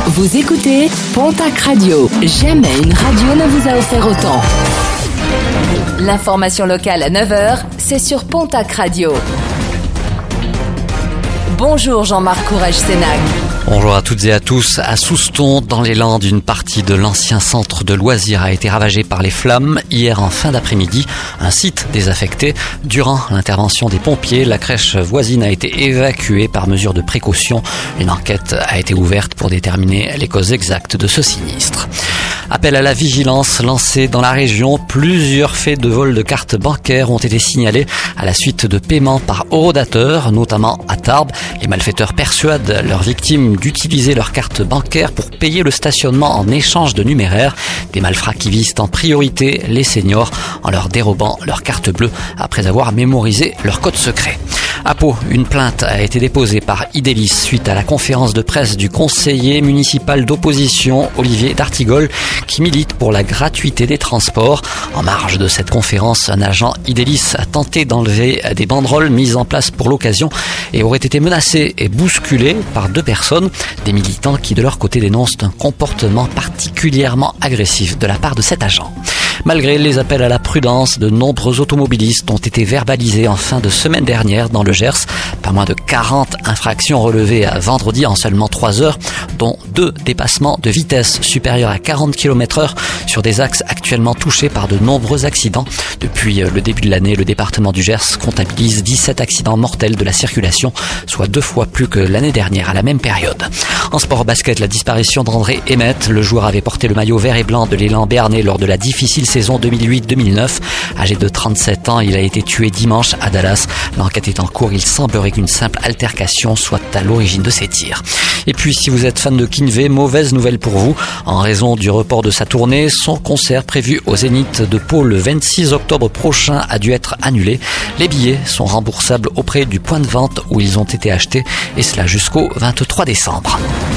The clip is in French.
Vous écoutez Pontac Radio. Jamais une radio ne vous a offert autant. L'information locale à 9h, c'est sur Pontac Radio. Bonjour Jean-Marc Courage-Sénac. Bonjour à toutes et à tous. À Souston, dans les Landes, une partie de l'ancien centre de loisirs a été ravagée par les flammes hier en fin d'après-midi. Un site désaffecté. Durant l'intervention des pompiers, la crèche voisine a été évacuée par mesure de précaution. Une enquête a été ouverte pour déterminer les causes exactes de ce sinistre. Appel à la vigilance lancé dans la région. Plusieurs faits de vol de cartes bancaires ont été signalés à la suite de paiements par horodateur, notamment à Tarbes. Les malfaiteurs persuadent leurs victimes d'utiliser leur carte bancaire pour payer le stationnement en échange de numéraires. Des malfrats qui visent en priorité les seniors en leur dérobant leur carte bleue après avoir mémorisé leur code secret. À Pau, une plainte a été déposée par Idélis suite à la conférence de presse du conseiller municipal d'opposition Olivier D'Artigol qui milite pour la gratuité des transports. En marge de cette conférence, un agent Idélis a tenté d'enlever des banderoles mises en place pour l'occasion et aurait été menacé et bousculé par deux personnes, des militants qui de leur côté dénoncent un comportement particulièrement agressif de la part de cet agent. Malgré les appels à la prudence, de nombreux automobilistes ont été verbalisés en fin de semaine dernière dans le Gers. Pas moins de 40 infractions relevées à vendredi en seulement 3 heures, dont 2 dépassements de vitesse supérieurs à 40 km/h sur des axes actuellement touchés par de nombreux accidents. Depuis le début de l'année, le département du Gers comptabilise 17 accidents mortels de la circulation, soit 2 fois plus que l'année dernière à la même période. En sport basket, la disparition d'André Emmett. Le joueur avait porté le maillot vert et blanc de l'élan béarnais lors de la difficile saison 2008-2009. Âgé de 37 ans, il a été tué dimanche à Dallas. L'enquête est en cours. Il semblerait qu'une simple altercation soit à l'origine de ces tirs. Et puis, si vous êtes fan de Kinvey, mauvaise nouvelle pour vous. En raison du report de sa tournée, son concert prévu au Zénith de Pau le 26 octobre prochain a dû être annulé. Les billets sont remboursables auprès du point de vente où ils ont été achetés, et cela jusqu'au 23 décembre.